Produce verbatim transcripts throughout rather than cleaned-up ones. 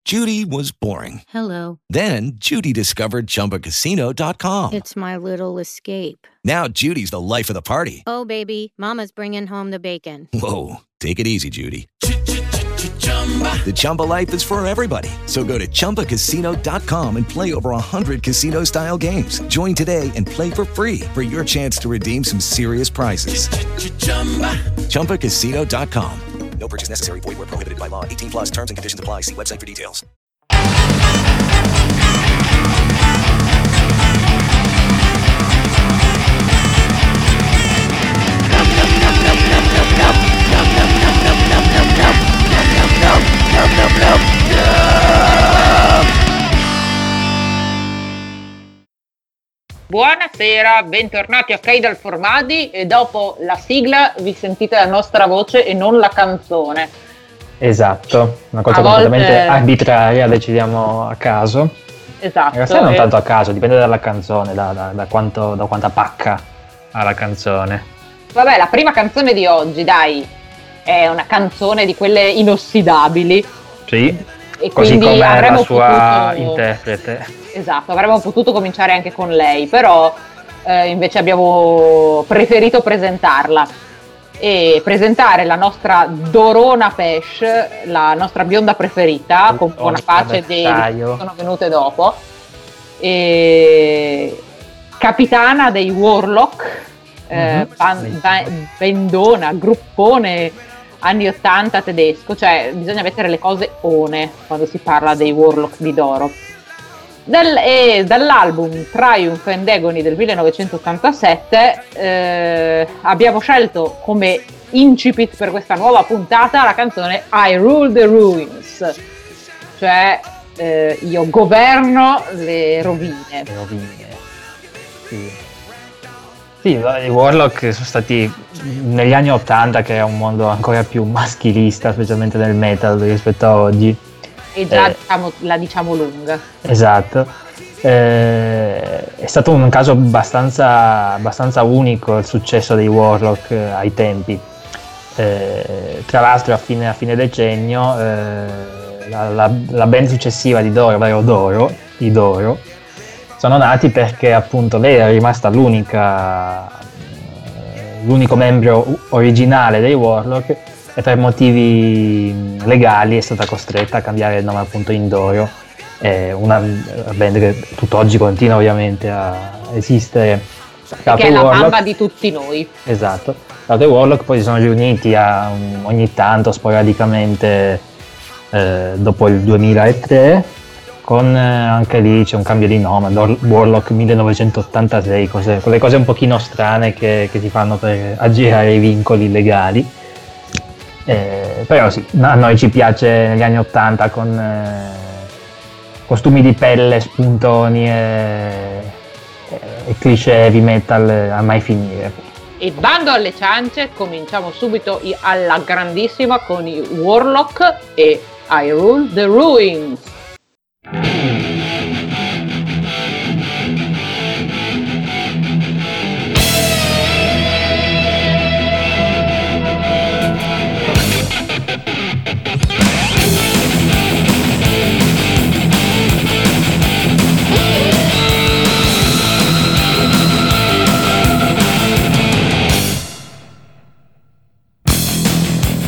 Judy was boring. Hello. Then Judy discovered Chumba Casino dot com. It's my little escape. Now Judy's the life of the party. Oh, baby, mama's bringing home the bacon. Whoa, take it easy, Judy. The Chumba life is for everybody. So go to Chumba Casino dot com and play over one hundred casino-style games. Join today and play for free for your chance to redeem some serious prizes. Chumba Casino dot com. No purchase necessary. Void where prohibited by law. eighteen plus terms and conditions apply. See website for details. Buonasera, bentornati a Keidal Formadi e dopo la sigla vi sentite la nostra voce e non la canzone. Esatto, una cosa A completamente volte- arbitraria, decidiamo a caso. Esatto. In realtà non e- tanto a caso, dipende dalla canzone, da, da- da quanto, da quanta pacca ha la canzone. Vabbè, la prima canzone di oggi, dai, è una canzone di quelle inossidabili Sì, e così quindi come avremmo la sua potuto... interprete. Esatto, avremmo potuto cominciare anche con lei, però eh, invece abbiamo preferito presentarla e presentare la nostra Dorona Pesh, la nostra bionda preferita, con buona Ogni pace dei che dettaglio. sono venute dopo, e capitana dei Warlock, eh, Mhm. ban- ba- bendona, gruppone anni ottanta tedesco, cioè bisogna mettere le cose one quando si parla dei Warlock di Doro. Dal- e dall'album Triumph and Agony del millenovecentottantasette eh, abbiamo scelto come incipit per questa nuova puntata la canzone I Rule the Ruins, cioè eh, io governo le rovine. Le rovine. Sì. Sì, i Warlock sono stati negli anni ottanta, che è un mondo ancora più maschilista, specialmente nel metal rispetto a oggi. E già Eh. diciamo, la diciamo lunga. Esatto. Eh, è stato un caso abbastanza, abbastanza unico il successo dei Warlock eh, ai tempi. Eh, tra l'altro a fine, a fine decennio eh, la, la- la band successiva di Doro, ovvero Doro, i Doro, sono nati perché appunto lei era rimasta l'unica, eh, l'unico membro u- originale dei Warlock e per motivi legali è stata costretta a cambiare il nome appunto in Doro. È una band che tutt'oggi continua ovviamente a esistere. Che è la Warlock- mamma di tutti noi. Esatto. Lato e Warlock poi si sono riuniti a, um, ogni tanto, sporadicamente, eh, dopo il duemilatré, con eh, anche lì c'è un cambio di nome, Dor- Warlock millenovecentottantasei, cose, quelle cose un pochino strane che, che si fanno per aggirare i vincoli legali. Eh, però sì, a noi ci piace negli anni ottanta con eh, costumi di pelle, spuntoni e, e cliché heavy metal a mai finire. E bando alle ciance, cominciamo subito i- alla grandissima con i Warlock e I Rule the Ruins.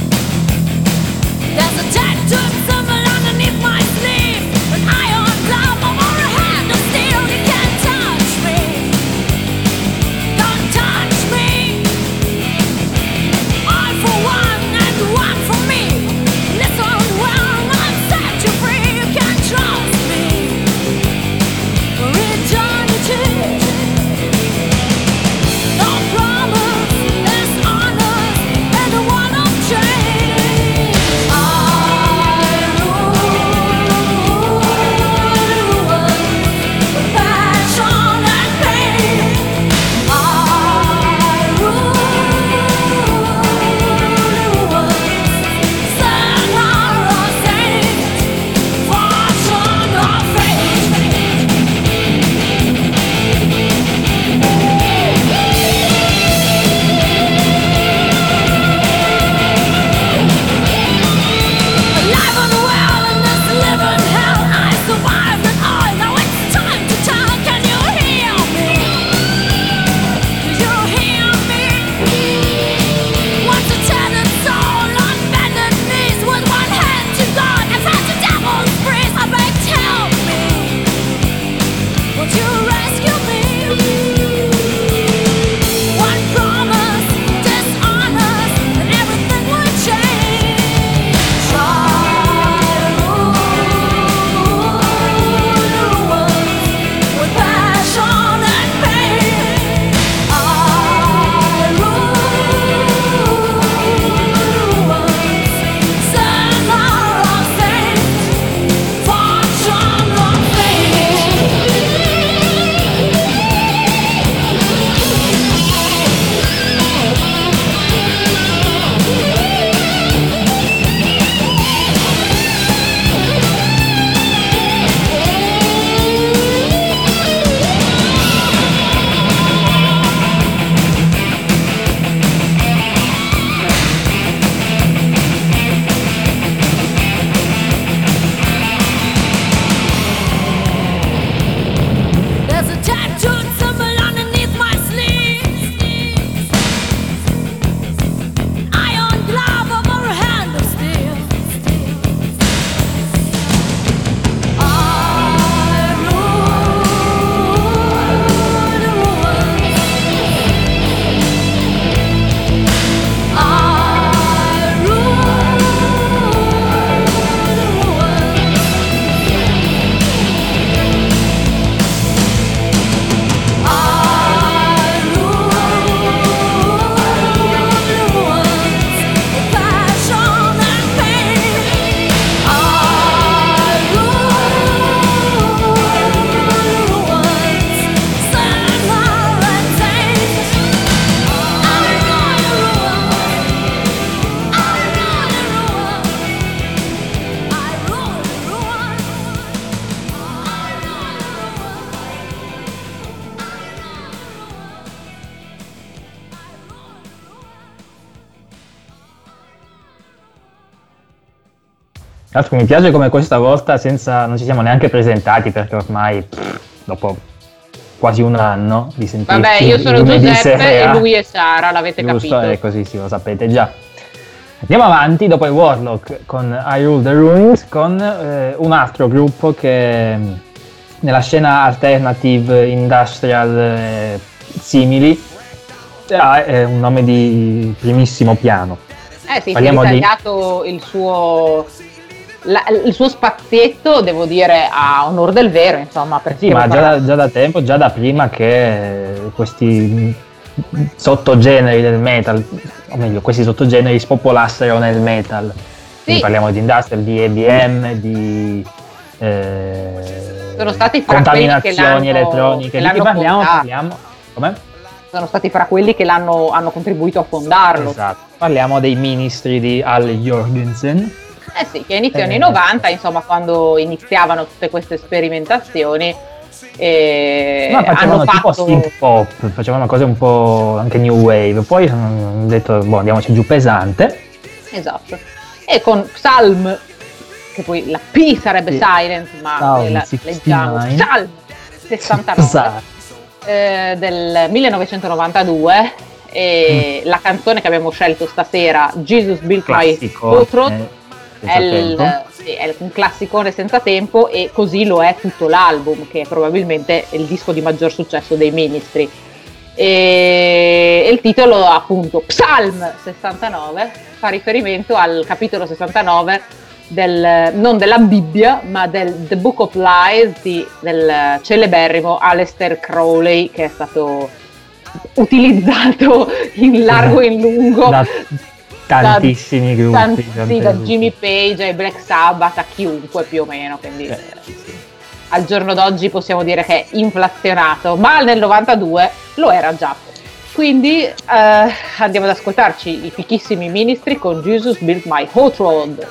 There's a tattooed symbol underneath my sleeve, an iron claw Tra l'altro mi piace come questa volta senza, non ci siamo neanche presentati, perché ormai pff, dopo quasi un anno di sentirci. Vabbè, io sono lunedì Giuseppe sera, e lui è Sara, l'avete giusto, capito. è così, sì, lo sapete già. Andiamo avanti dopo i Warlock con I Rule the Ruins, con eh, un altro gruppo che nella scena alternative industrial eh, simili ha eh, un nome di primissimo piano. Eh sì, si è Parliamo di- ritagliato il suo la- il suo spazietto, devo dire, a onor del vero, insomma, perché Sì, ma lo già da, parla- già da tempo, già da prima che questi sottogeneri del metal, o meglio, questi sottogeneri spopolassero nel metal. Quindi Sì. parliamo di industrial, di E B M, di eh, Sono stati fra quelli che contaminazioni l'hanno- elettroniche. che Di chi l'hanno parliamo? fondato. Parliamo com'è? sono stati fra quelli che l'hanno hanno contribuito a fondarlo. Esatto. Parliamo dei ministri di Al Jorgensen. Eh sì, che inizio anni Eh. novanta, insomma, quando iniziavano tutte queste sperimentazioni, eh, Ma facevano hanno tipo fatto... synth pop, facevano cose un po' anche new wave, poi hanno detto boh, andiamoci giù pesante. Esatto. E con Psalm, che poi la P sarebbe Sì. silent, ma Psalm la leggiamo sessantanove. Psalm sessantanove Esatto. eh, del millenovecentonovantadue. E la canzone che abbiamo scelto stasera, Jesus Built My Classico, Hot Rod, eh, è, il- senza tempo. sì, è un classicone senza tempo, e così lo è tutto l'album, che è probabilmente il disco di maggior successo dei Ministry. E il titolo, appunto, Psalm sessantanove, fa riferimento al capitolo sessantanove del, non della Bibbia, ma del The Book of Lies di, del celeberrimo Aleister Crowley, che è stato utilizzato in largo e in lungo Da tantissimi gruppi. tanti- sì, tante- da Jimmy Page ai Black Sabbath a chiunque più o meno, quindi Eh, eh, al giorno d'oggi possiamo dire che è inflazionato, ma nel novantadue lo era già. Quindi eh, andiamo ad ascoltarci i fichissimi Ministry con Jesus Built My Hot Rod.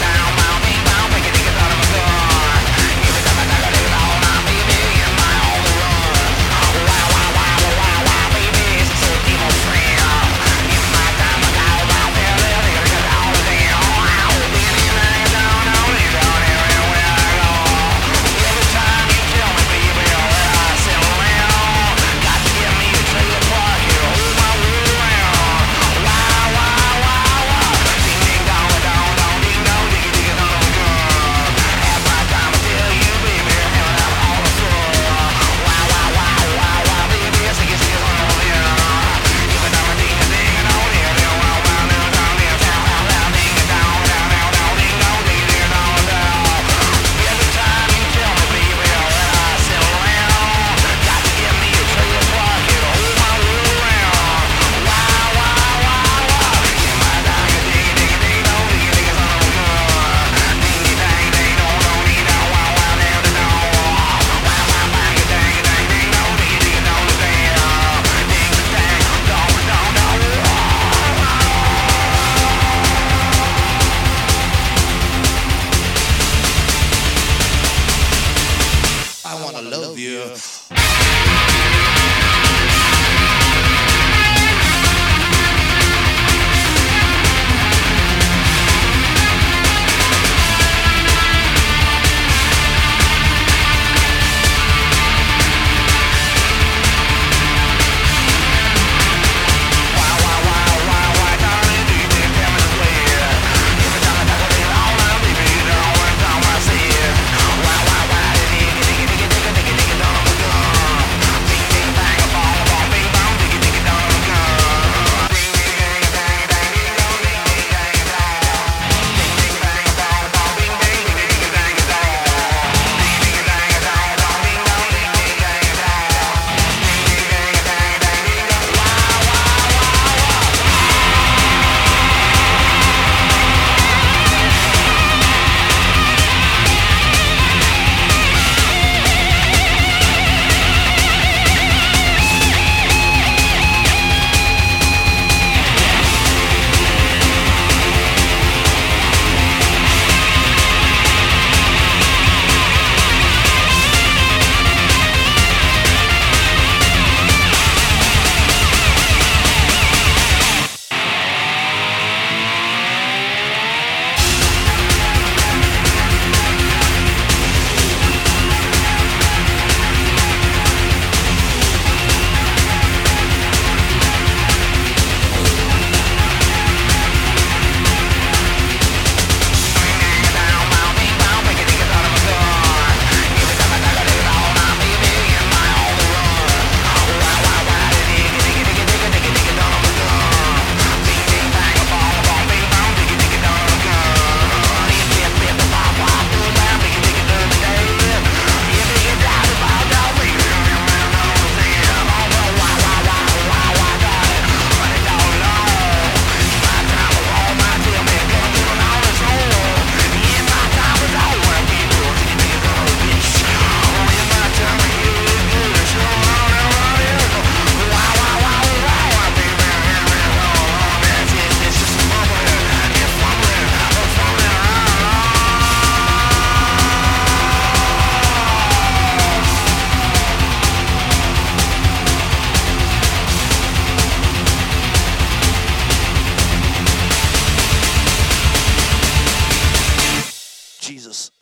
Down, mounting, bound, pick it out of a gun. Give it up, I got it all, now, baby, in my own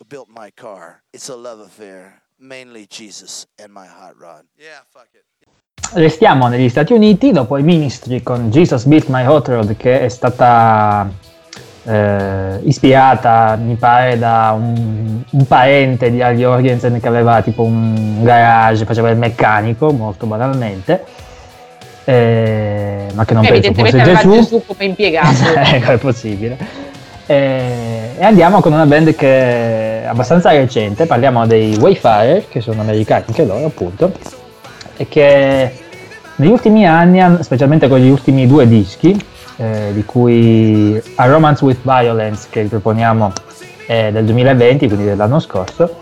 built my car. It's a love affair, mainly Jesus and my hot rod. Yeah, fuck it. Restiamo negli Stati Uniti dopo i Ministry con Jesus Built My Hot Rod, che è stata eh, ispirata, mi pare, da un, un parente di Al Jorgensen che aveva tipo un garage, faceva il meccanico, molto banalmente, eh, ma che non eh, penso fosse Gesù. Gesù. Gesù come impiegato. Ecco, è possibile. Eh, e andiamo con una band che è abbastanza recente, parliamo dei Wayfarer, che sono americani anche loro appunto, e che negli ultimi anni, specialmente con gli ultimi due dischi, eh, di cui A Romance with Violence, che riproponiamo, è del duemilaventi, quindi dell'anno scorso,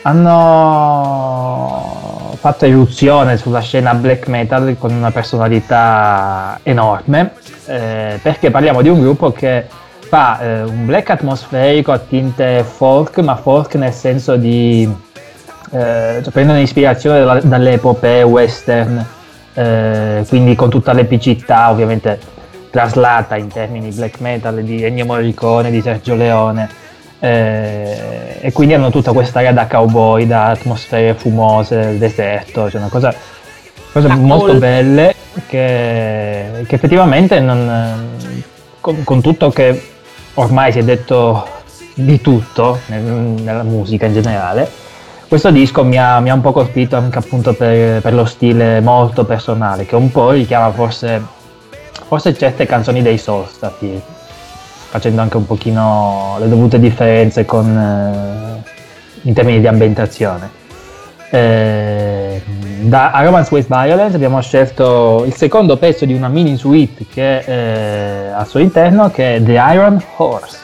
hanno fatto irruzione sulla scena black metal con una personalità enorme, eh, perché parliamo di un gruppo che fa eh, un black atmosferico a tinte folk, ma folk nel senso di Eh, cioè, prendono ispirazione dalla, dalle epopee western, eh, quindi con tutta l'epicità ovviamente traslata in termini black metal di Ennio Morricone, di Sergio Leone, eh, e quindi hanno tutta questa area da cowboy, da atmosfere fumose del deserto, cioè una cosa, cose ah, molto cool. belle che, che effettivamente non, con, con tutto che ormai si è detto di tutto nel, nella musica in generale, questo disco mi ha, mi ha un po' colpito anche appunto per, per lo stile molto personale, che un po' richiama forse, forse certe canzoni dei Solstati, facendo anche un pochino le dovute differenze con, eh, in termini di ambientazione. Eh, da A Romance with Violence abbiamo scelto il secondo pezzo di una mini suite che eh, al suo interno, che è The Iron Horse.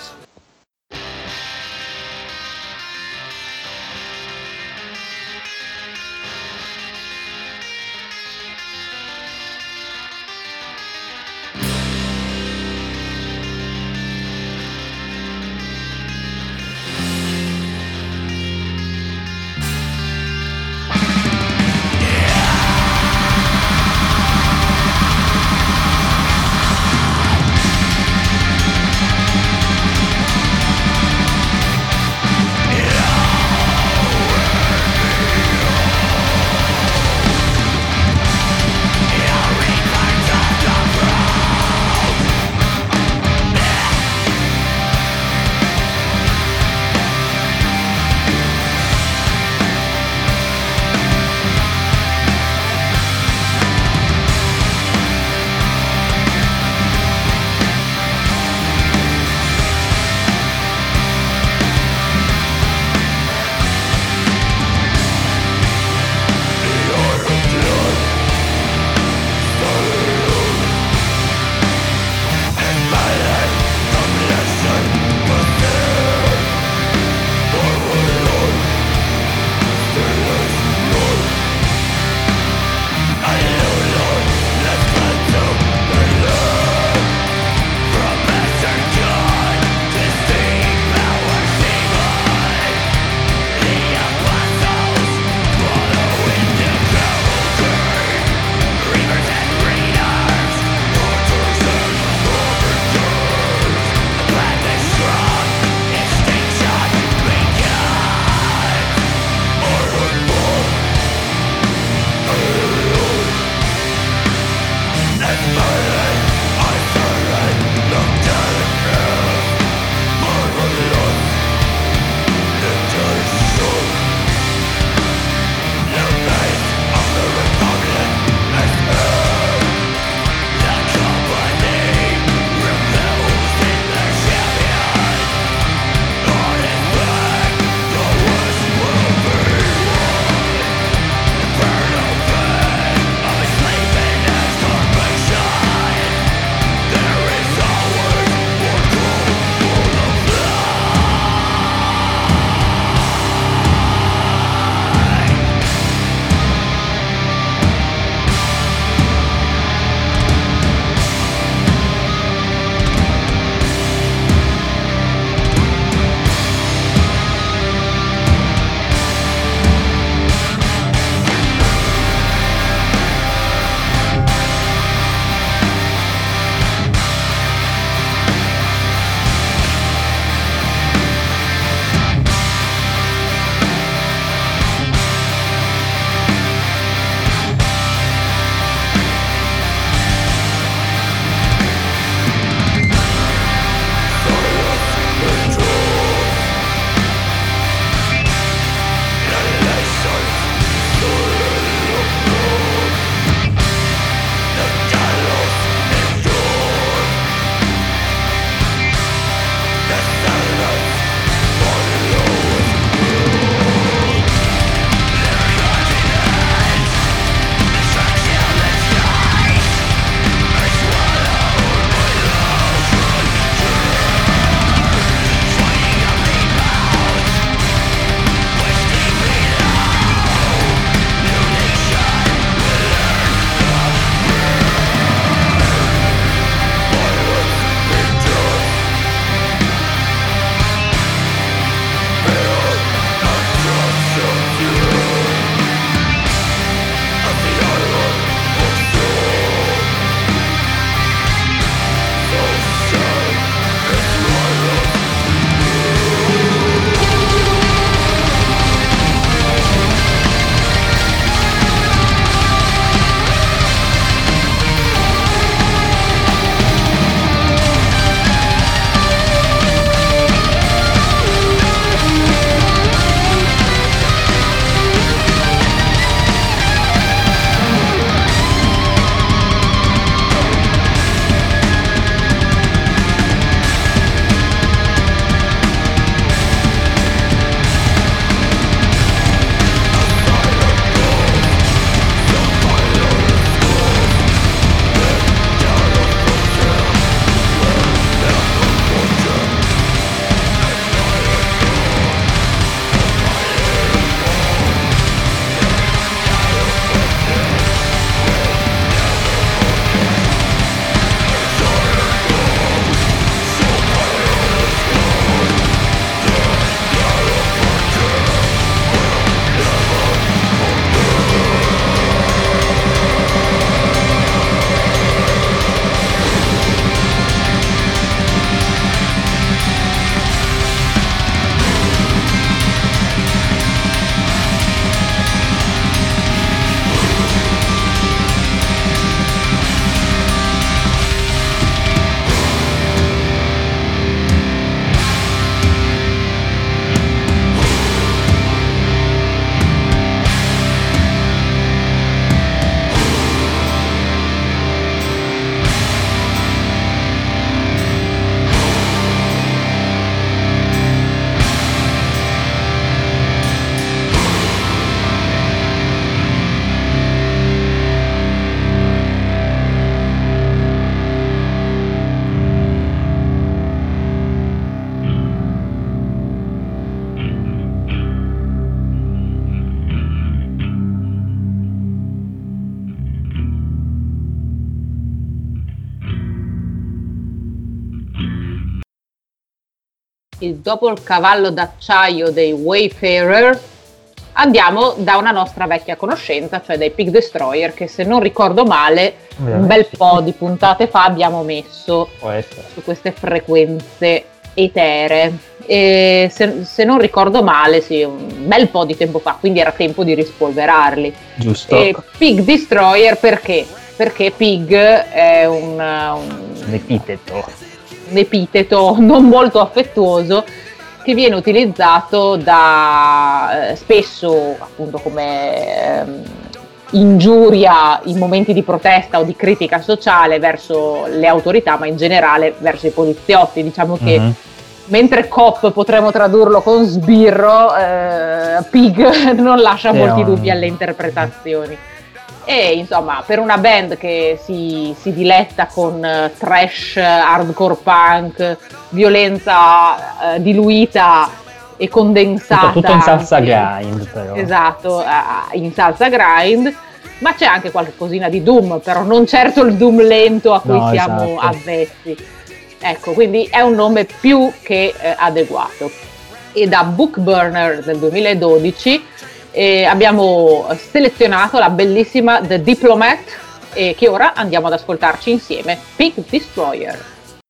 E dopo il cavallo d'acciaio dei Wayfarer andiamo da una nostra vecchia conoscenza, cioè dai Pig Destroyer, che se non ricordo male un bel po' di puntate fa abbiamo messo su queste frequenze eteree. E se, se non ricordo male, sì, un bel po' di tempo fa, quindi era tempo di rispolverarli. Giusto. E Pig Destroyer perché? Perché Pig è un, un, un epiteto. un epiteto non molto affettuoso che viene utilizzato da eh, spesso appunto come ehm, ingiuria in momenti di protesta o di critica sociale verso le autorità, ma in generale verso i poliziotti. Diciamo che mm-hmm. mentre cop potremmo tradurlo con sbirro, eh, Pig non lascia sì, molti dubbi alle interpretazioni. E insomma, per una band che si, si diletta con uh, trash, hardcore punk, violenza uh, diluita e condensata, tutto, tutto in salsa grind però. Esatto, uh, in salsa grind, ma c'è anche qualcosina di doom, però non certo il doom lento a cui no, siamo esatto. avvezzi. Ecco, quindi è un nome più che uh, adeguato. E da Bookburner del duemiladodici E abbiamo selezionato la bellissima The Diplomat, e che ora andiamo ad ascoltarci insieme, Pig Destroyer.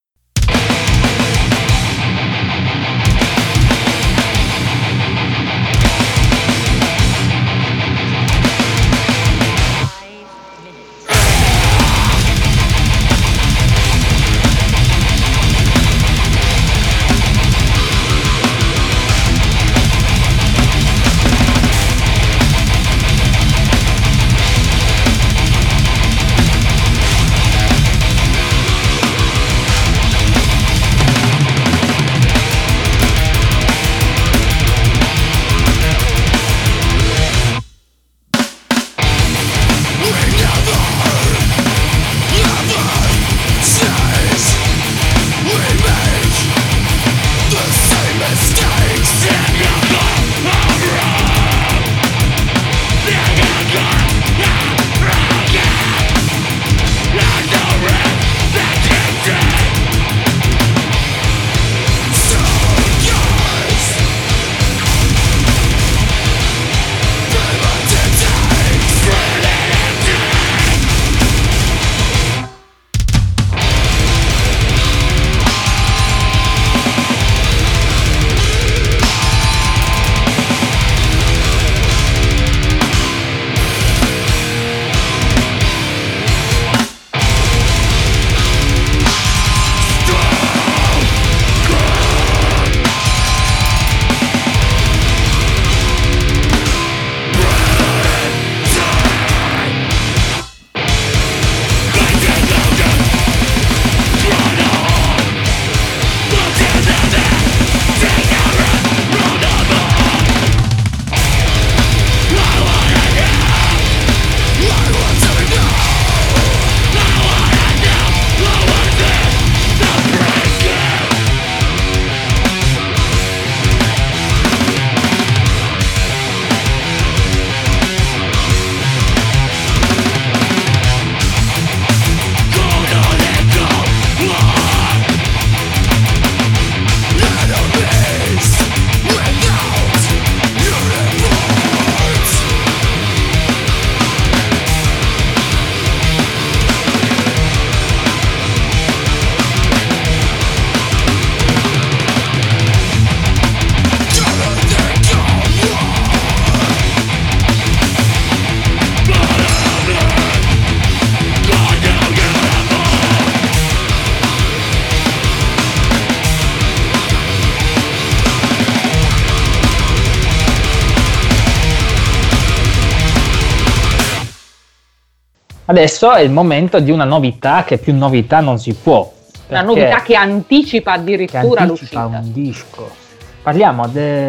Adesso è il momento di una novità che più novità non si può. Una novità che anticipa addirittura che anticipa l'uscita. un disco. Parliamo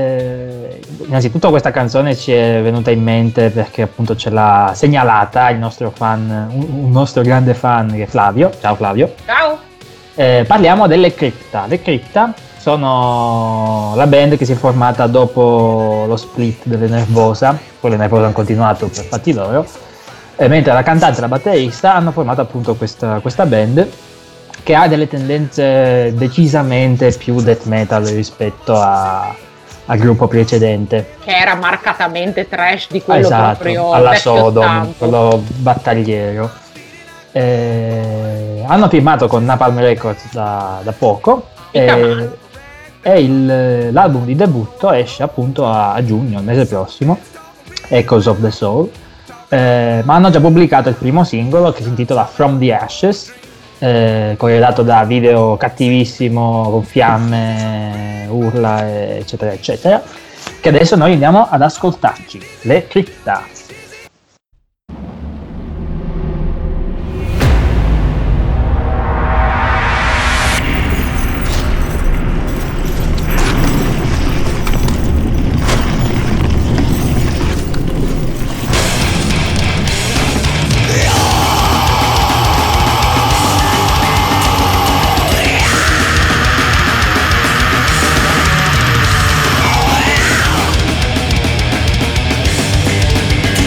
de... innanzitutto questa canzone ci è venuta in mente perché appunto ce l'ha segnalata il nostro fan, un, un nostro grande fan che è Flavio. Ciao Flavio. Ciao. Eh, parliamo delle Crypta. Le Crypta sono la band che si è formata dopo lo split delle Nervosa, poi le Nervosa hanno continuato per fatti loro, e mentre la cantante e la batterista hanno formato appunto questa, questa band che ha delle tendenze decisamente più death metal rispetto a, al gruppo precedente, che era marcatamente trash, di quello esatto, proprio alla vecchio Sodom, stampo. quello battagliero. Eh, hanno firmato con Napalm Records da, da poco e, e il, l'album di debutto esce appunto a, a giugno, il mese prossimo, Echoes of the Soul. Eh, ma hanno già pubblicato il primo singolo, che si intitola From the Ashes, eh, corredato da video cattivissimo con fiamme, urla, eccetera eccetera, che adesso noi andiamo ad ascoltarci, le Cripta. Yeah.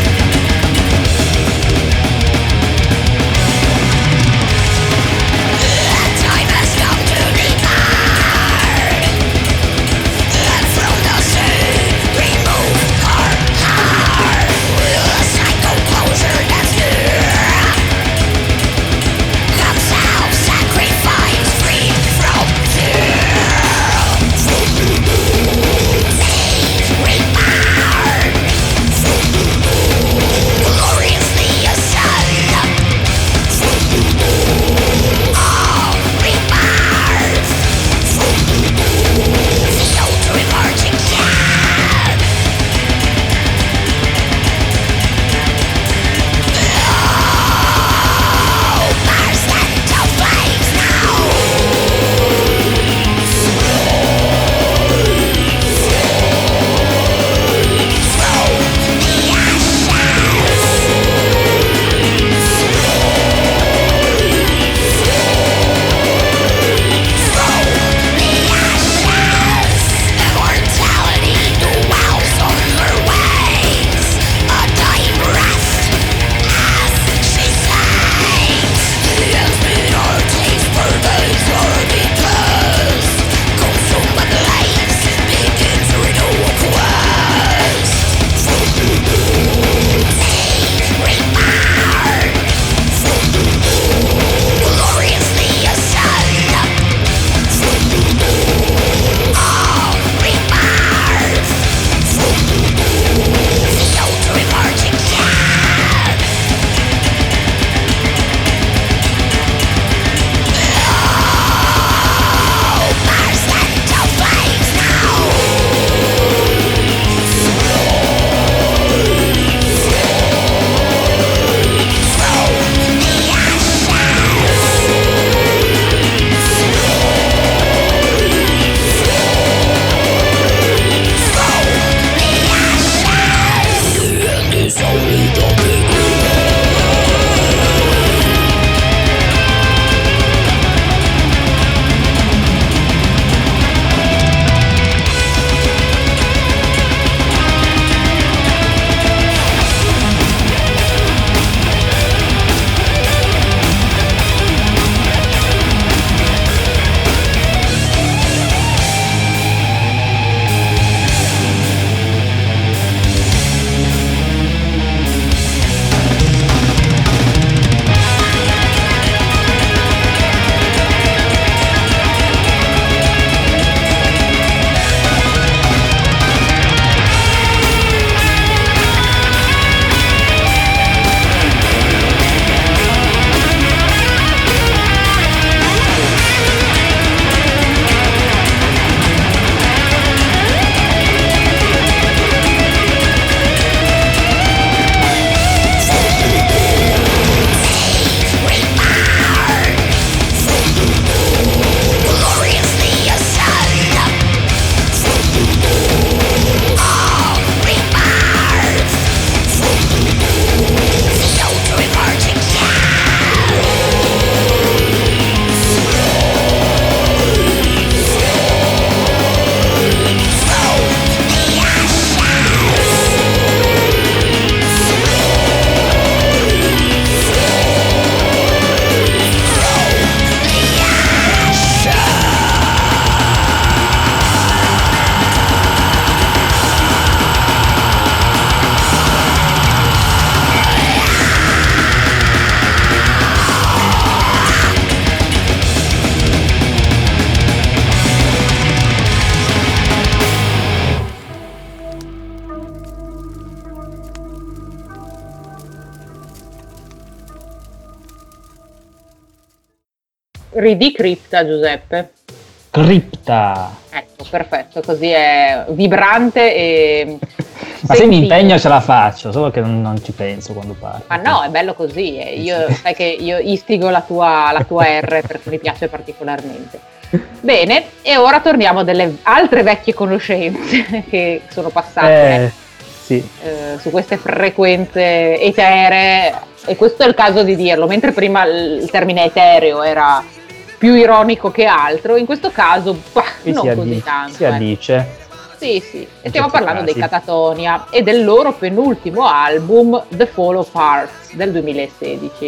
Ridì cripta, Giuseppe. Cripta. Ecco, perfetto, così è vibrante e ma se mi impegno ce la faccio, solo che non, non ci penso quando parlo. Ma no, è bello così, eh. Io sai che io istigo la tua, la tua R perché mi piace particolarmente. Bene, e ora torniamo a delle altre vecchie conoscenze che sono passate eh, sì. eh, su queste frequenze eteree, e questo è il caso di dirlo, mentre prima il termine etereo era più ironico che altro, in questo caso bah, non si così addice, tanto. Si eh. addice. Sì, sì, e stiamo parlando casi. dei Catatonia e del loro penultimo album, The Fall of Hearts, del duemilasedici.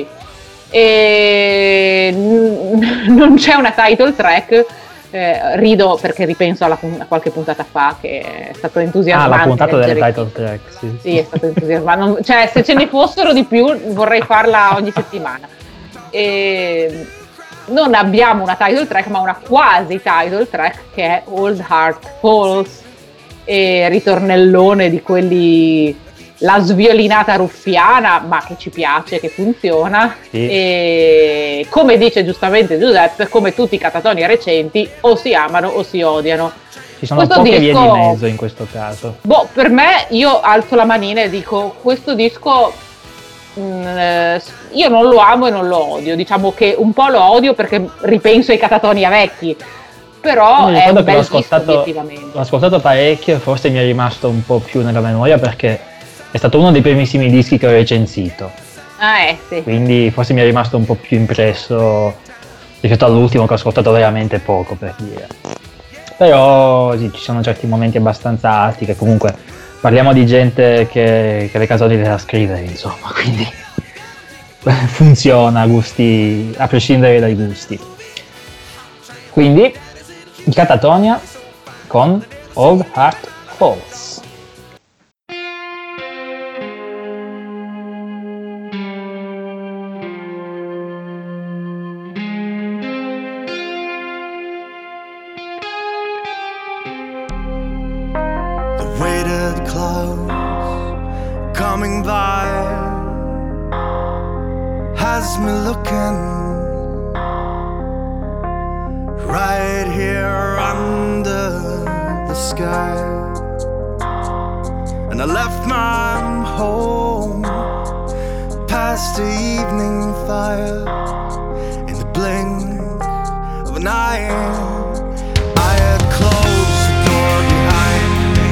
E non c'è una title track, eh, rido perché ripenso alla, a qualche puntata fa che è stato entusiasmante. Ah, la puntata delle title track, sì. Sì, è stato entusiasmante. Non, cioè, se ce ne fossero di più vorrei farla ogni settimana. E non abbiamo una title track, ma una quasi title track che è Old Heart Falls, e ritornellone di quelli, la sviolinata ruffiana, ma che ci piace, che funziona. Sì. E come dice giustamente Giuseppe, come tutti i Catatonia recenti, o si amano o si odiano. Ci sono questo poche disco, vie di mezzo in questo caso. Boh, per me, io alzo la manina e dico, questo disco mh, io non lo amo e non lo odio, diciamo che un po' lo odio perché ripenso ai Catatonia vecchi, però è un bel l'ho disco obiettivamente. L'ho ascoltato parecchio e forse mi è rimasto un po' più nella memoria perché è stato uno dei primissimi dischi che ho recensito. Ah, eh, sì. Quindi forse mi è rimasto un po' più impresso rispetto all'ultimo che ho ascoltato veramente poco, per dire. Però sì, ci sono certi momenti abbastanza alti che comunque parliamo di gente che, che le canzoni le sa scrivere, insomma, quindi funziona a gusti, a prescindere dai gusti. Quindi i Catatonia con Old Heart Falls. The weighted clouds coming by has me looking right here under the sky, and I left my home past the evening fire in the blink of an eye. I had closed the door behind me.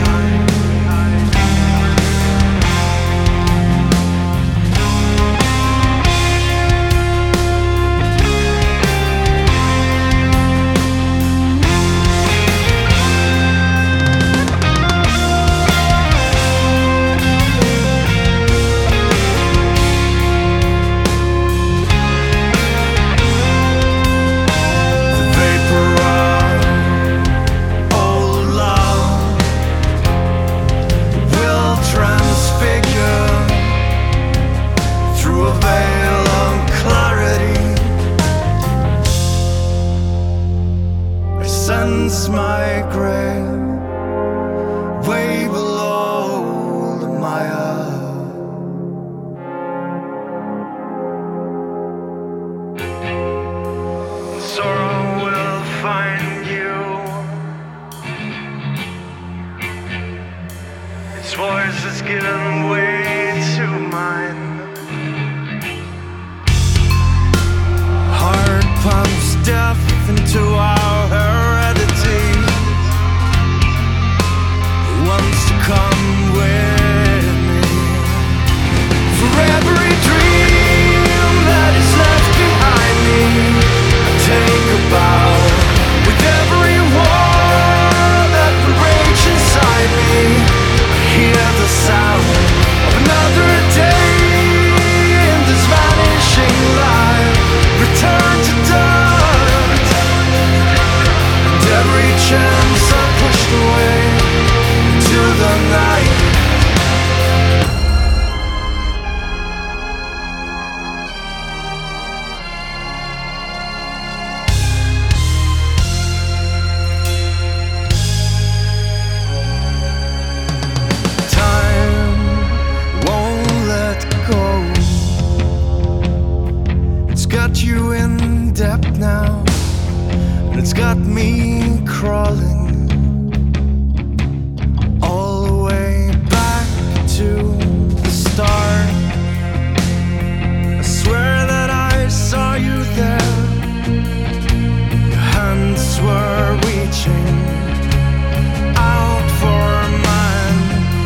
My grave way below the mire. Sorrow will find you. Its voice is giving way to mine. Heart pumps death into our heredity. Who wants to come with me? For every dream that is left behind me, I take a bow. With every war that will rage inside me, I hear the sound of another day in this vanishing life. Return to dust, and every chance I pushed away into the night. Time won't let go. It's got you in depth now. It's got me crawling all the way back to the start. I swear that I saw you there. Your hands were reaching out for mine.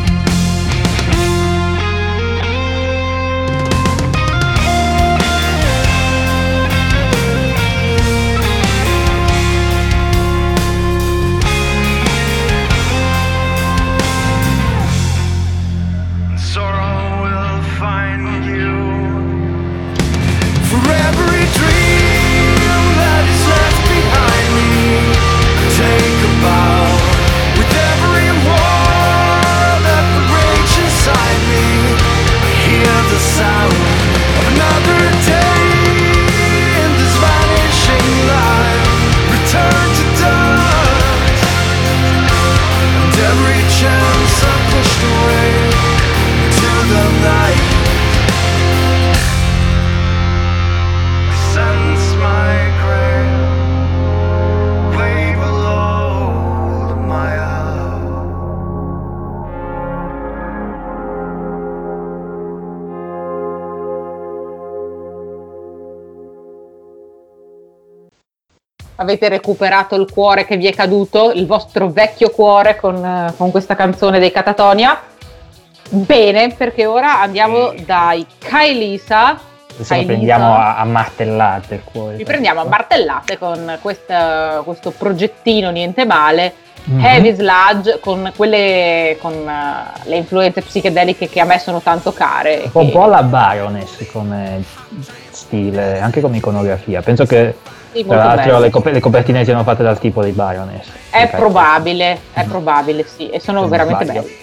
Sorrow will find you. For every dream that is left behind me, take a bow. With every war that would rage inside me, hear the sound of another day in this vanishing life. Return to dust, and every chance I pushed away to the night. Sense my grave way below my heart. Avete recuperato il cuore che vi è caduto, il vostro vecchio cuore con, eh, con questa canzone dei Catatonia. Bene, perché ora andiamo dai Kailisa. Adesso lo Kailisa. prendiamo a, a martellate il cuore. Vi prendiamo a martellate con questa- questo progettino niente male, Mhm. Heavy Sludge, con quelle con eh, le influenze psichedeliche che a me sono tanto care. Un po', un che- po' alla Baroness come stile, anche come iconografia. Penso che Sì, tra molto l'altro bello. le, cop- le copertine siano fatte dal tipo di Baroness. È Ok. probabile, è Mm. probabile, sì, e sono Se non veramente sbaglio. belli.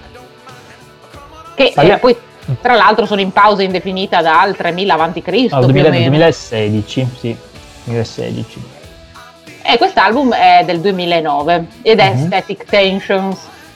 Che Parlia- eh, poi, tra l'altro, sono in pausa indefinita dal tremila avanti Cristo, No, più o duemila meno. duemilasedici, sì, duemilasedici. E quest'album è del duemilanove ed è Mhm. Static Tensions.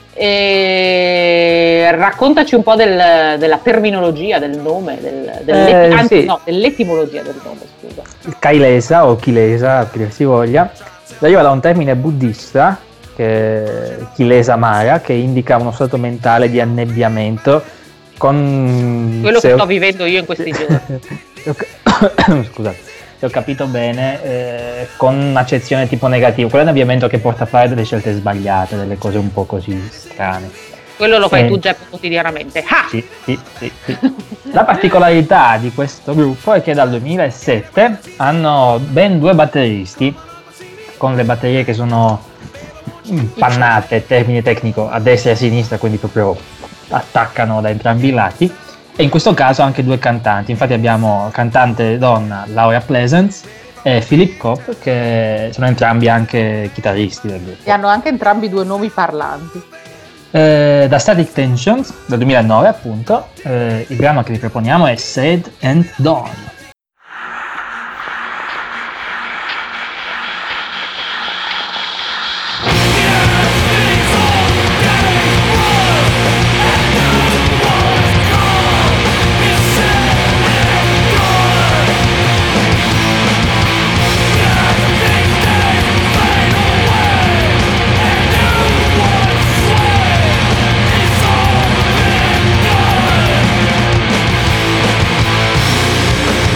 E raccontaci un po' del- della terminologia del nome, del, dell'eti- Eh, anzi, sì. no, dell'etimologia del nome, scusa. Kailesa o Chilesa, che si voglia, deriva da un termine buddista, che Chilesa Mara, che indica uno stato mentale di annebbiamento con... Quello se che ho- sto vivendo io in questi giorni. Ho ca- Scusate, se ho capito bene, eh, con un'accezione tipo negativa, quello è un avviamento che porta a fare delle scelte sbagliate, delle cose un po' così strane. Quello lo fai Eh. tu, Jeff, quotidianamente. Ah! Sì, sì, sì, sì. La particolarità di questo gruppo è che dal duemilasette hanno ben due batteristi, con le batterie che sono pannate, termine tecnico, a destra e a sinistra, quindi proprio attaccano da entrambi i lati, e in questo caso anche due cantanti. Infatti abbiamo cantante donna Laura Pleasance e Philip Cobb, che sono entrambi anche chitarristi del gruppo. E hanno anche entrambi due nomi parlanti. Eh, da Static Tensions del duemilanove, appunto, eh, il brano che vi proponiamo è Sad and Dawn. It's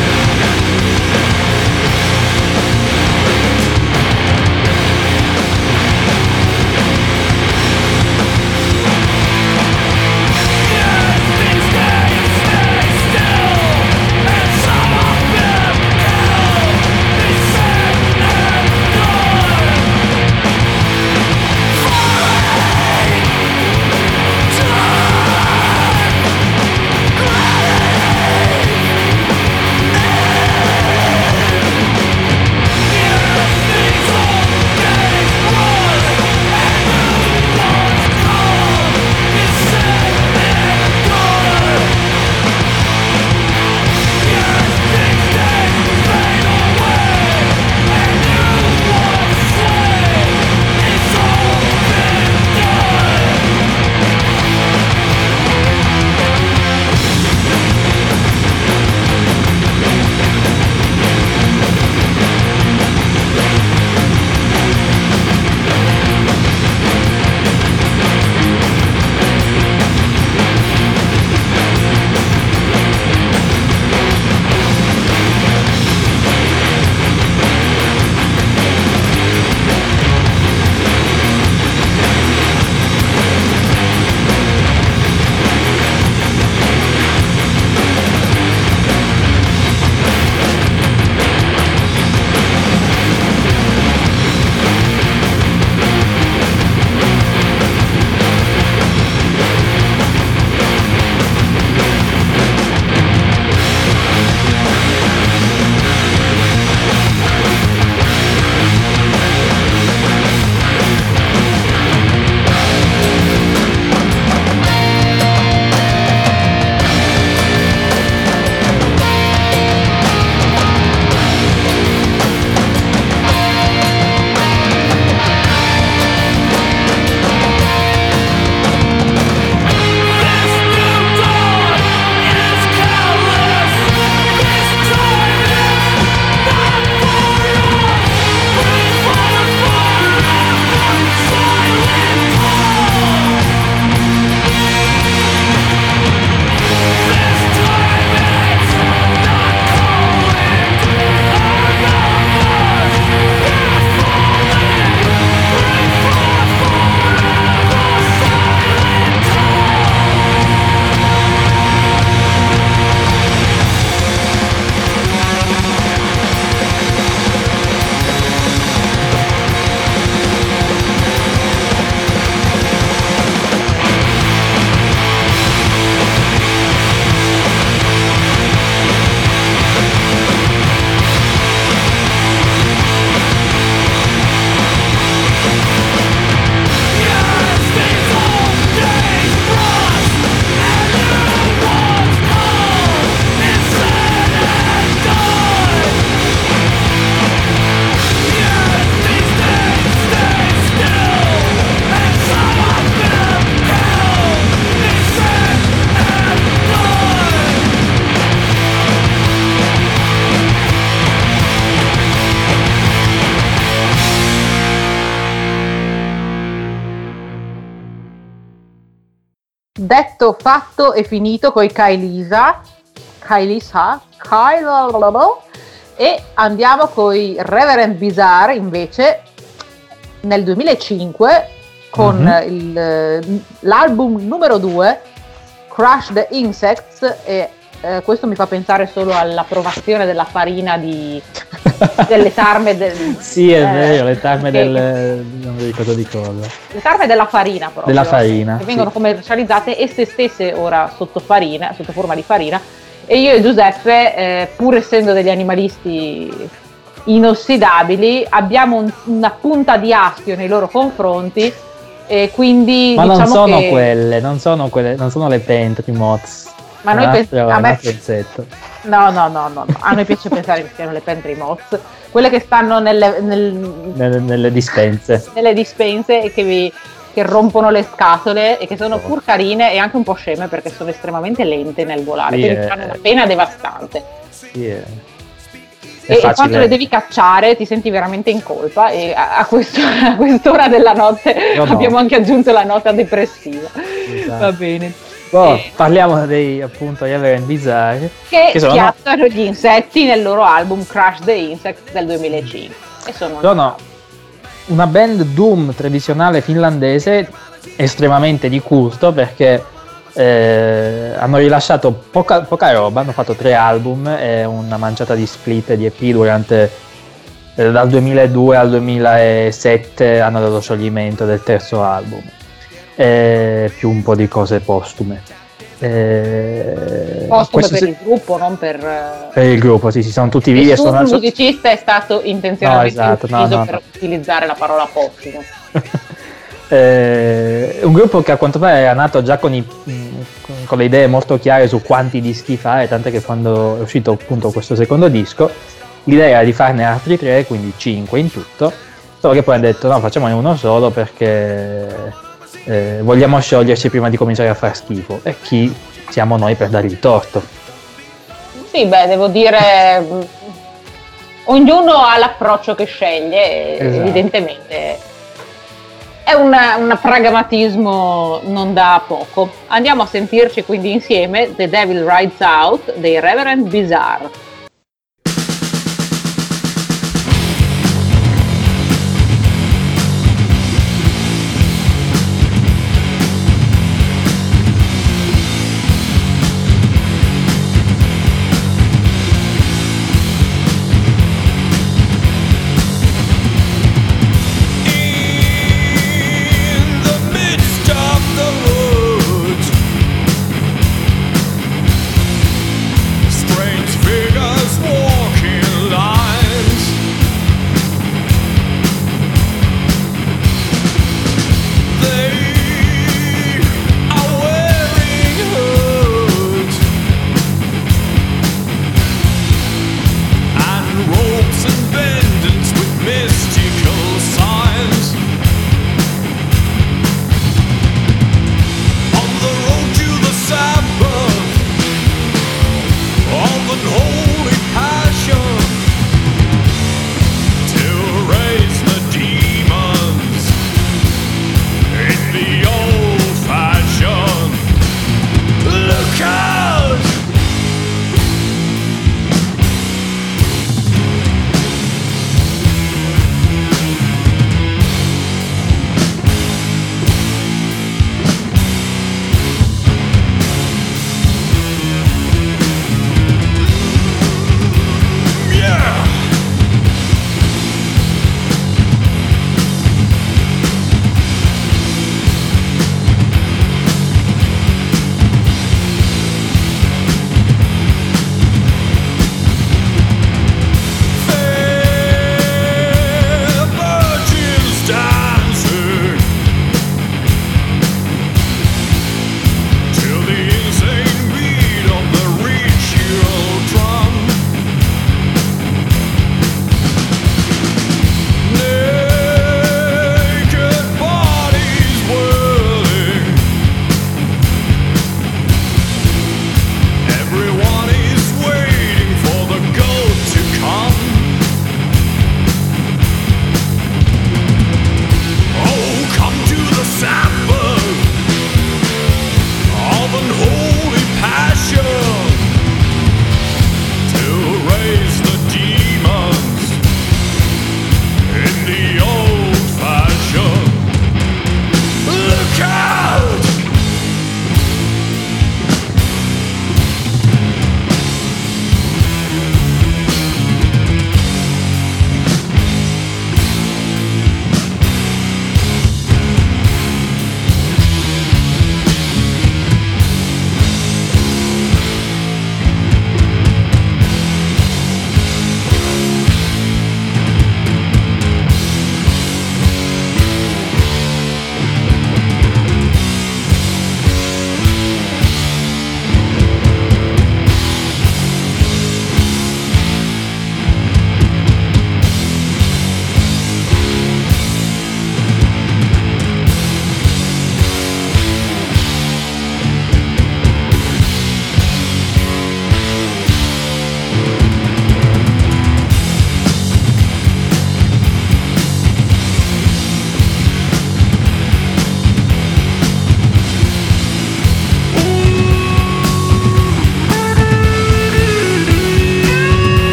detto, fatto e finito con i Kailisa, Kailisa, Kailisa, e andiamo con i Reverend Bizarre invece nel duemilacinque con mm-hmm. il, l'album numero due, Crush the Insects, e eh, questo mi fa pensare solo all'approvazione della farina di delle tarme del, sì è eh, vero, le tarme che, del non mi ricordo di cosa, le tarme della farina proprio, della farina che vengono sì. commercializzate esse stesse ora sotto farina, sotto forma di farina, e io e Giuseppe eh, pur essendo degli animalisti inossidabili abbiamo un, una punta di astio nei loro confronti, e quindi ma diciamo non sono che... quelle non sono quelle non sono le Pentry Moths. Ma noi pensiamo, a me... no, no, no, no, no, a noi piace pensare che siano le Pentry Moths, quelle che stanno nelle, nel... nelle, nelle dispense, nelle dispense e che, vi, che rompono le scatole e che sono oh. pur carine e anche un po' sceme perché sono estremamente lente nel volare, yeah. quindi fanno una pena devastante. Yeah. E, e quando le devi cacciare ti senti veramente in colpa, e a, a, questo, a quest'ora della notte no. abbiamo anche aggiunto la nota depressiva. Esatto. Va bene. Oh, eh, parliamo dei appunto Reverend Bizarre che, che sono piazzano gli insetti nel loro album Crush the Insects del duemilacinque e sono, sono una band doom tradizionale finlandese estremamente di culto perché eh, hanno rilasciato poca, poca roba, hanno fatto tre album e una manciata di split e di E P durante eh, dal duemiladue al duemilasette, anno dello scioglimento del terzo album. Eh, più un po' di cose postume. Eh, postume per se... il gruppo, non per... per il gruppo, sì, sì, sono tutti vivi. Nessun Sono... musicista è stato intenzionalmente no, esatto, ucciso no, no, per no. utilizzare la parola postumo. eh, un gruppo che a quanto pare era nato già con, i, con le idee molto chiare su quanti dischi fare, tant'è che quando è uscito appunto questo secondo disco l'idea era di farne altri tre, quindi cinque in tutto, solo che poi hanno detto no, facciamone uno solo perché... Eh, vogliamo scioglierci prima di cominciare a far schifo, e chi siamo noi per dargli il torto? Sì, beh, devo dire ognuno ha l'approccio che sceglie, esatto. Evidentemente è un, un pragmatismo non da poco. Andiamo a sentirci quindi insieme The Devil Rides Out dei Reverend Bizarre. Strange figure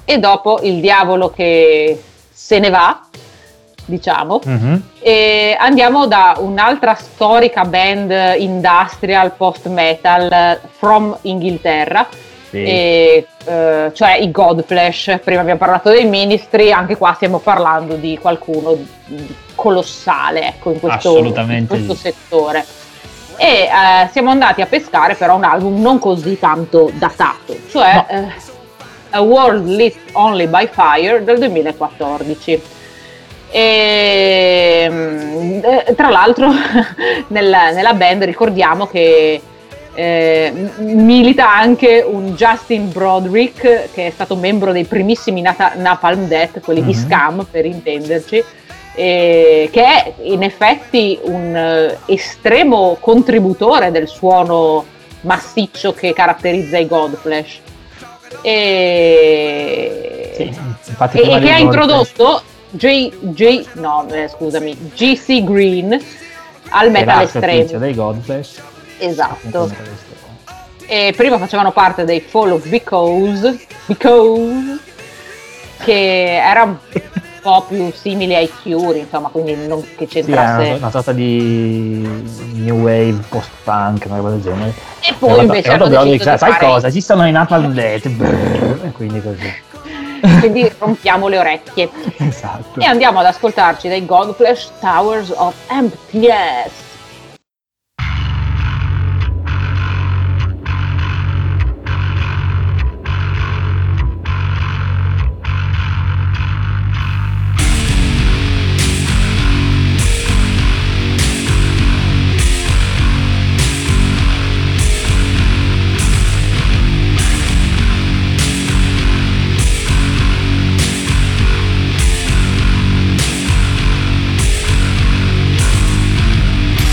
e dopo il diavolo che se ne va, diciamo, mm-hmm. e andiamo da un'altra storica band industrial post-metal from Inghilterra, sì. e, eh, cioè i Godflesh. Prima abbiamo parlato dei Ministry, anche qua stiamo parlando di qualcuno di colossale, ecco, in questo, in questo sì. settore. E eh, siamo andati a pescare però un album non così tanto datato, cioè no. eh, A World Lit Only by Fire del duemilaquattordici. E tra l'altro nella, nella band ricordiamo che eh, milita anche un Justin Broderick, che è stato membro dei primissimi Nata- Napalm Death, quelli mm-hmm. di Scam per intenderci, e che è in effetti un uh, estremo contributore del suono massiccio che caratterizza i Godflesh, e, sì, infatti e, e che ha introdotto J, J no eh, scusami G C Green al Metal Extreme dei Godflesh. Esatto. E prima facevano parte dei Fall of Because Because che era un po' più simili ai Cure, insomma, quindi non che c'entrasse. Sì, una, una sorta di new wave post-punk, una roba del genere. E poi e invece hanno deciso di sai fare... cosa? Esistono i Napalm Death, e quindi così. Quindi rompiamo le orecchie. Esatto. E andiamo ad ascoltarci dai Godflesh Towers of Emptiness. Thank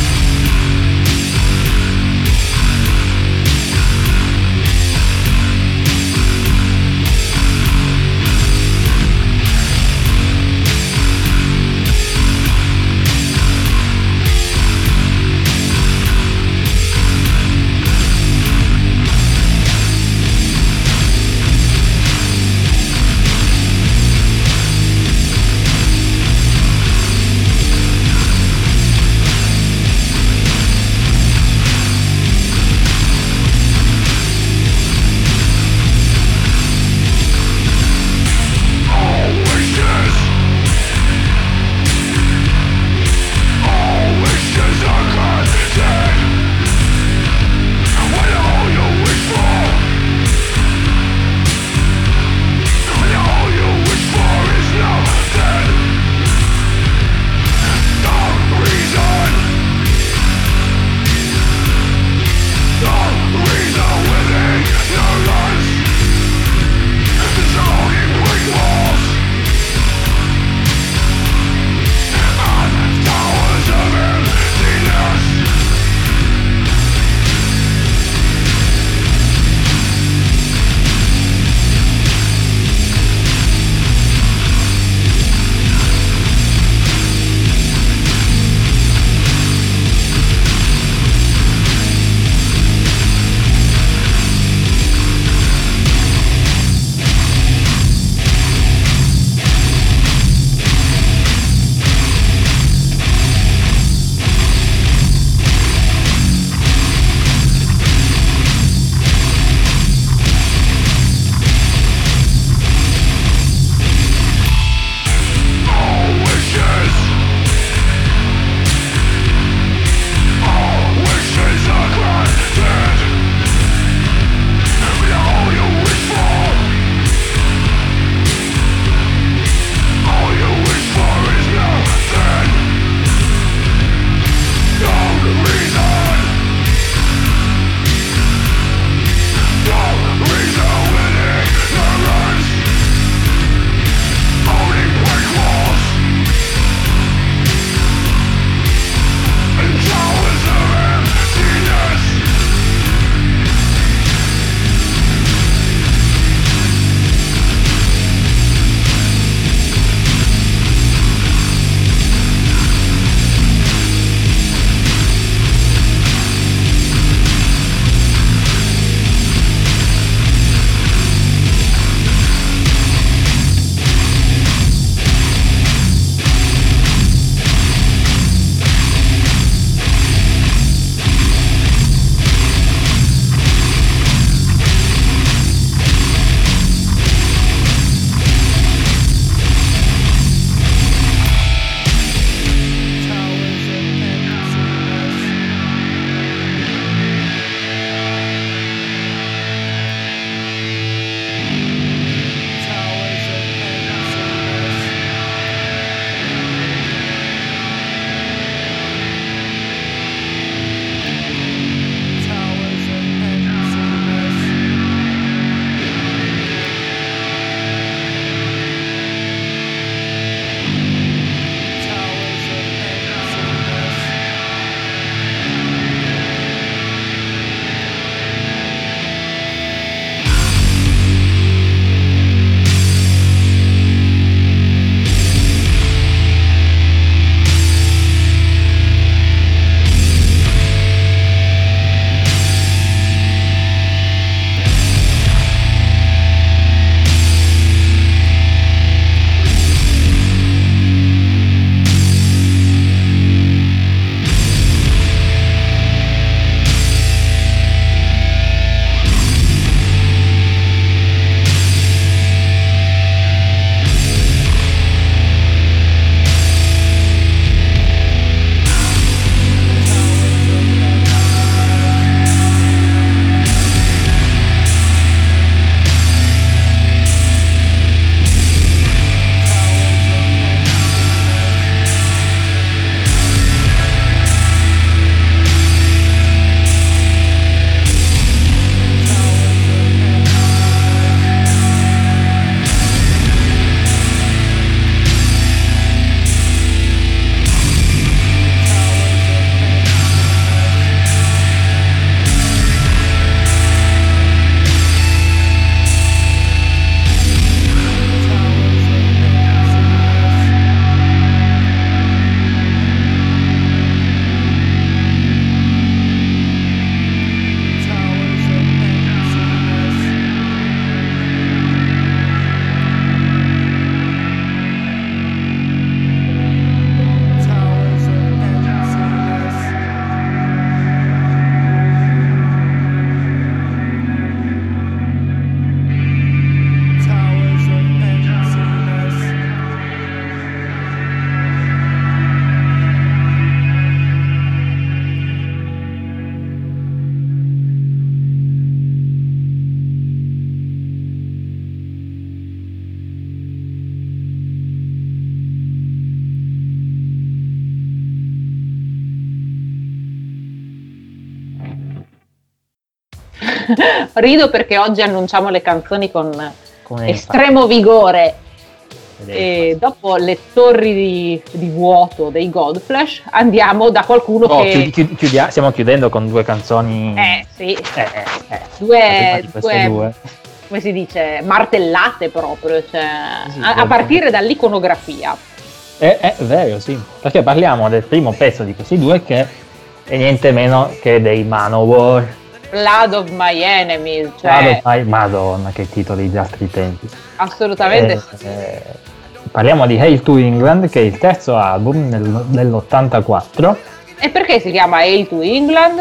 rido perché oggi annunciamo le canzoni con, Con estremo vigore. Ed è E dopo le torri di, di vuoto dei Godflesh andiamo da qualcuno Oh, che chiudi- chiudi- chiudia- stiamo chiudendo con due canzoni. eh sì, Eh, eh, eh. due, La prima di queste due- due. come si dice, martellate proprio, cioè, Sì, a, a guarda. partire dall'iconografia. È, è vero, sì, perché parliamo del primo pezzo di questi due che è niente meno che dei Manowar. Blood of My Enemies, cioè Vado, vai- Madonna, che titoli di altri tempi. assolutamente Eh, sì. eh, parliamo di Hail to England, che è il terzo album nel- dell'ottantaquattro. E perché si chiama Hail to England?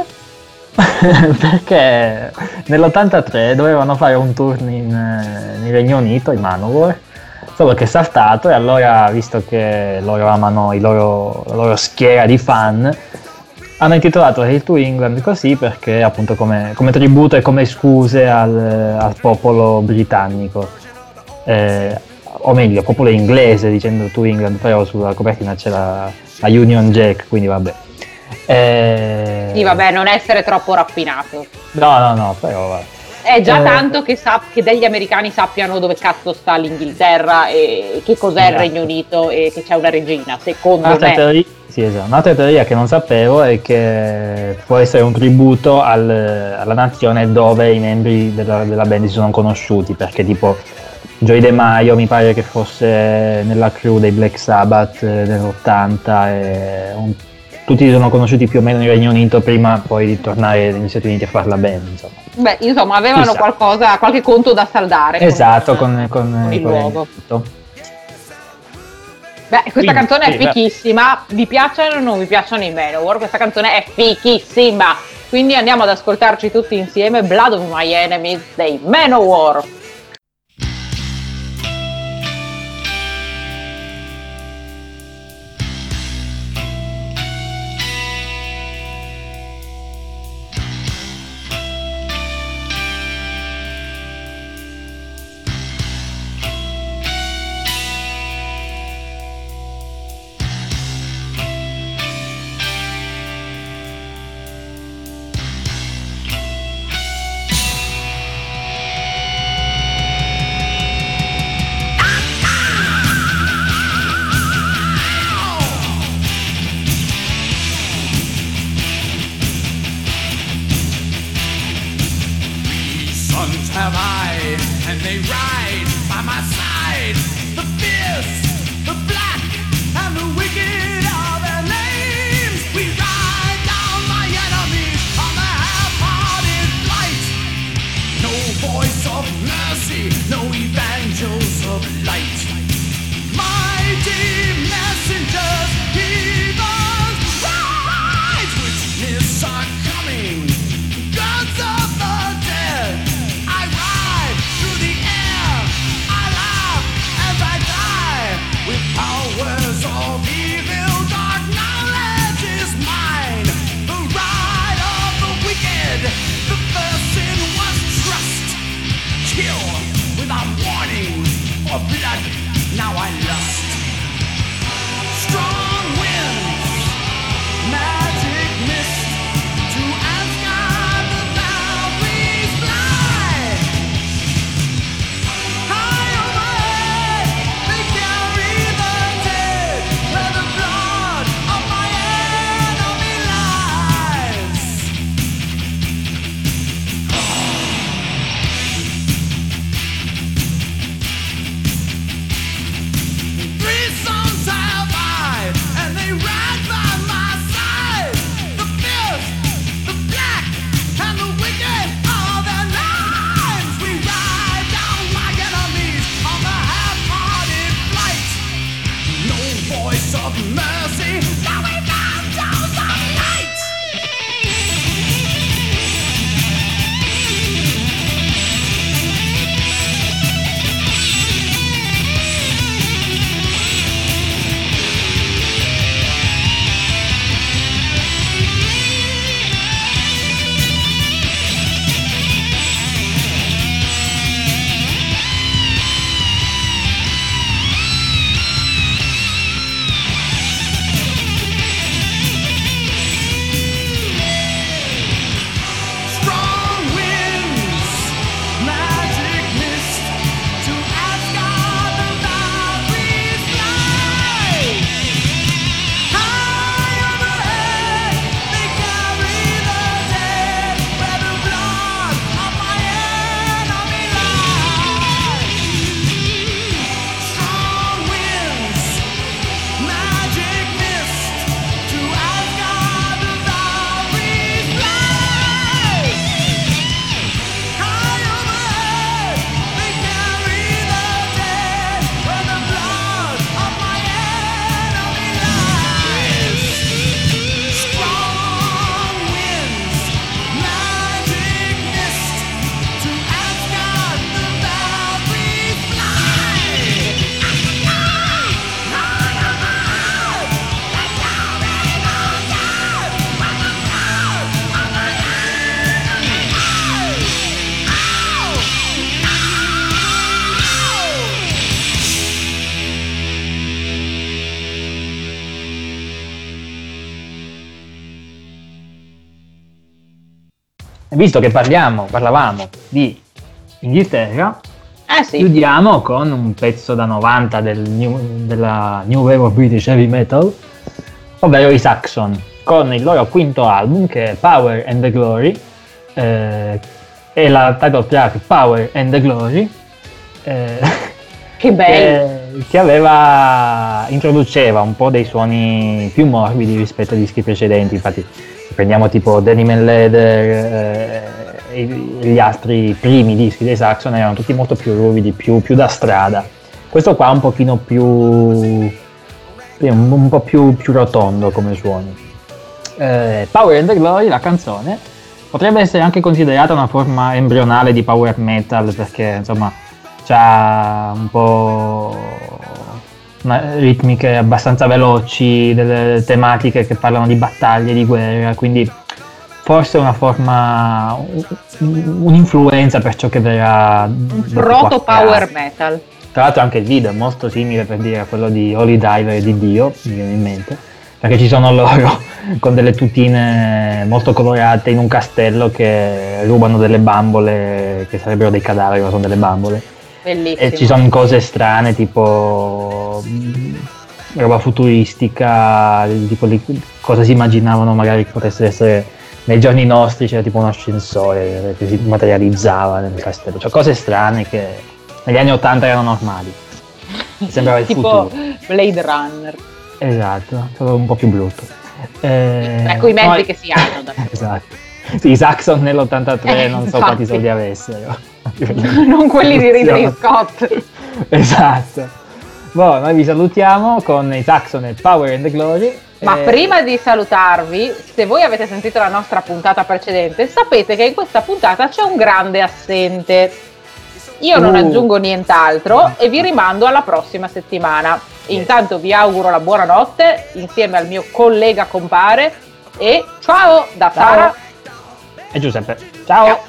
Perché nell'ottantatré dovevano fare un tour in, eh, nel Regno Unito, i Manowar, solo che è saltato, e allora, visto che loro amano i loro, la loro schiera di fan, hanno intitolato Hail to England così, perché appunto come, come tributo e come scuse al, al popolo britannico, eh, o meglio, popolo inglese, dicendo to England, però sulla copertina c'è la, la Union Jack, quindi vabbè. Eh, Sì, vabbè, non essere troppo raffinato. No, no, no, però vabbè. È già Eh, tanto che, sap- che degli americani sappiano dove cazzo sta l'Inghilterra e che cos'è il Esatto. Regno Unito e che c'è una regina, secondo Un'altra me. teoria, sì, esatto. Un'altra teoria che non sapevo è che può essere un tributo al- alla nazione dove i membri della, della band si sono conosciuti, perché tipo Joey De Maio mi pare che fosse nella crew dei Black Sabbath eh, dell'ottanta, e un- tutti si sono conosciuti più o meno nel Regno Unito prima poi di tornare negli Stati Uniti a fare la band, insomma. Beh, insomma, avevano Chissà. qualcosa, qualche conto da saldare. con- Esatto, con, con, con il con luogo. tutto. Beh, questa Quindi, canzone è sì, beh. fichissima. Vi piacciono o non vi piacciono i Manowar? Questa canzone è fichissima. Quindi andiamo ad ascoltarci tutti insieme Blood of My Enemies dei Manowar. Sons have I, and they ride by my side. The fierce, the black, and the wicked are their names. We ride down my enemies on the half-hearted flight. No voice of mercy, no evangels of light. Mighty messengers, heathens, rise! Witness our coming, gods of the dead. I ride through the air, I laugh as I die. With powers of evil, dark knowledge is mine. The ride of the wicked, the first sin was trust. Kill without warning, or blood visto che parliamo, parlavamo di Inghilterra, Eh sì. chiudiamo con un pezzo da novanta del new, della New Wave of British Heavy Metal, ovvero i Saxon, con il loro quinto album che è Power and the Glory, eh, e la title track Power and the Glory, eh, Che bello! che, che aveva introduceva un po' dei suoni più morbidi rispetto ai dischi precedenti. Infatti prendiamo tipo Denim and Leather, eh, e gli altri primi dischi dei Saxon erano tutti molto più ruvidi, più, più da strada. Questo qua è un pochino più un, un po' più, più rotondo come suoni. eh, Power and the Glory, la canzone, potrebbe essere anche considerata una forma embrionale di power metal, perché insomma c'ha un po' una- ritmiche abbastanza veloci, delle tematiche che parlano di battaglie, di guerra, quindi forse una forma, un- un'influenza per ciò che verrà. Un proto power metal. Tra l'altro anche il video è molto simile, per dire, a quello di Holy Diver e di Dio, mi viene in mente, perché ci sono loro con delle tutine molto colorate in un castello che rubano delle bambole, che sarebbero dei cadaveri, ma sono delle bambole. Bellissimo. E ci sono cose strane, tipo mm, roba futuristica, tipo di cosa si immaginavano magari che potesse essere nei giorni nostri. C'era tipo un ascensore che si materializzava nel castello, cioè cose strane che negli anni ottanta erano normali. Sembrava il Tipo futuro. Blade Runner. Esatto, solo un po' più brutto. Eh, Ecco i mezzi poi- che si hanno. da- Esatto. Sì, i Saxon nell'ottantatré Eh, non so infatti. quanti soldi avessero. Non quelli di Ridley Scott. Esatto. Boh, noi vi salutiamo con i Saxon e Power and the Glory. Ma Eh, prima di salutarvi, se voi avete sentito la nostra puntata precedente, sapete che in questa puntata c'è un grande assente. Io non Uh. aggiungo nient'altro e vi rimando alla prossima settimana. Intanto vi auguro la buonanotte insieme al mio collega compare e ciao da Ciao. Sara. E Giuseppe. Ciao. Ciao.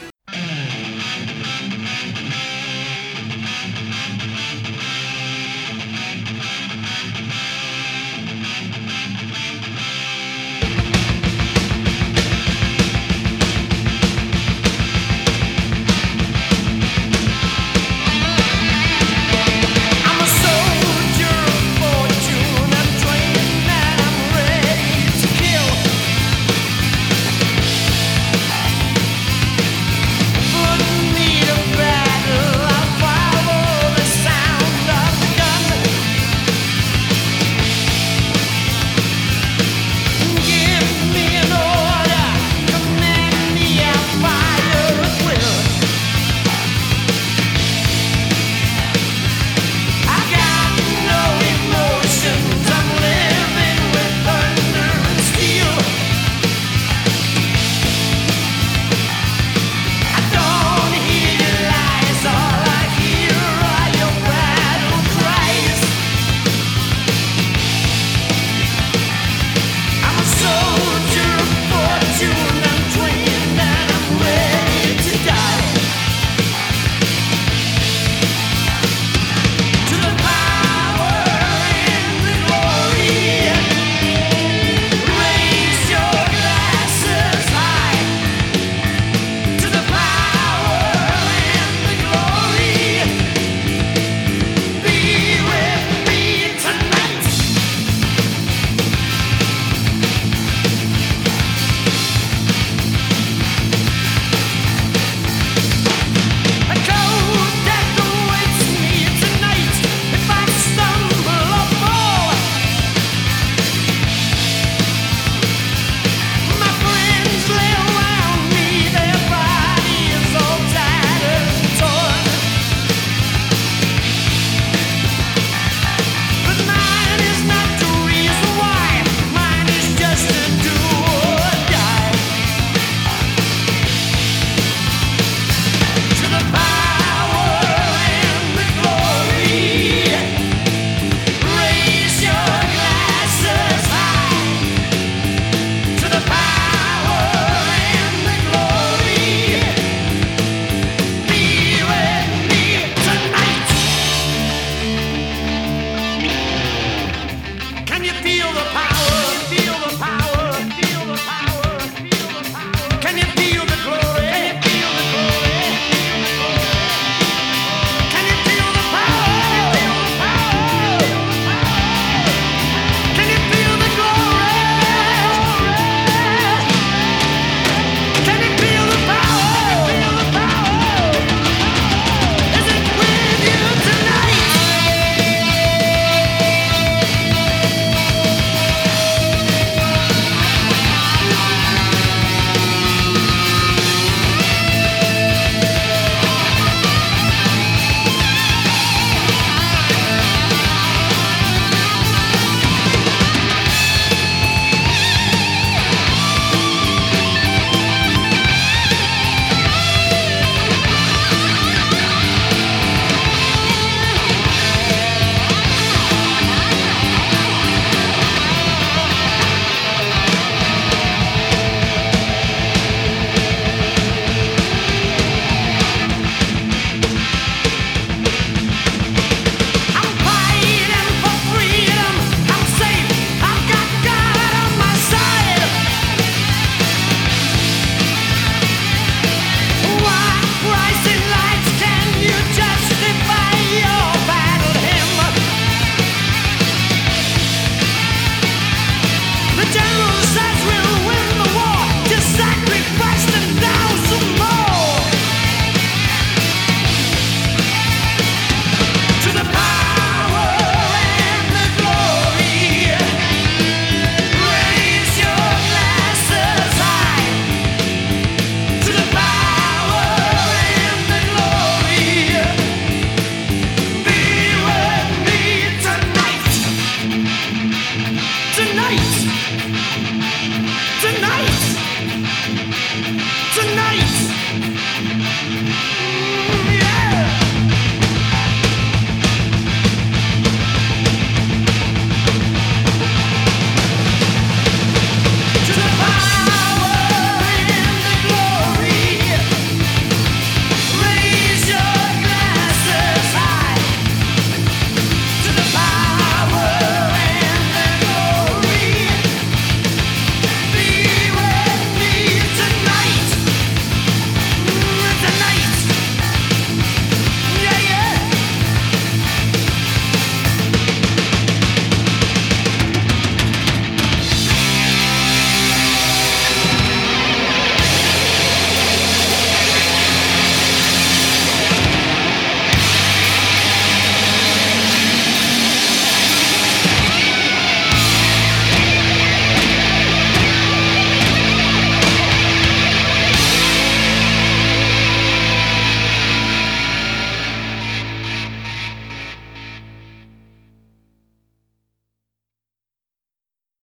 I'm a soldier of fortune, I'm trained and I'm ready to kill.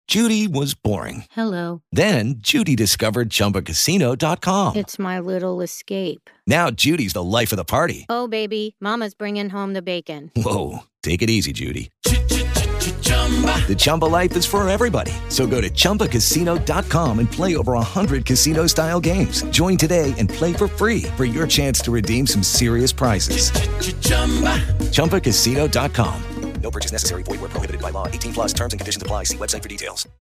Judy was boring. Hello. Then Judy discovered Chumba Casino dot com. It's my little escape. Now Judy's the life of the party. Oh, baby, mama's bringing home the bacon. Whoa, take it easy, Judy. The Chumba life is for everybody. So go to Chumba Casino dot com and play over one hundred casino-style games. Join today and play for free for your chance to redeem some serious prizes. Chumba Casino dot com. No purchase necessary. Void where prohibited by law. eighteen plus terms and conditions apply. See website for details.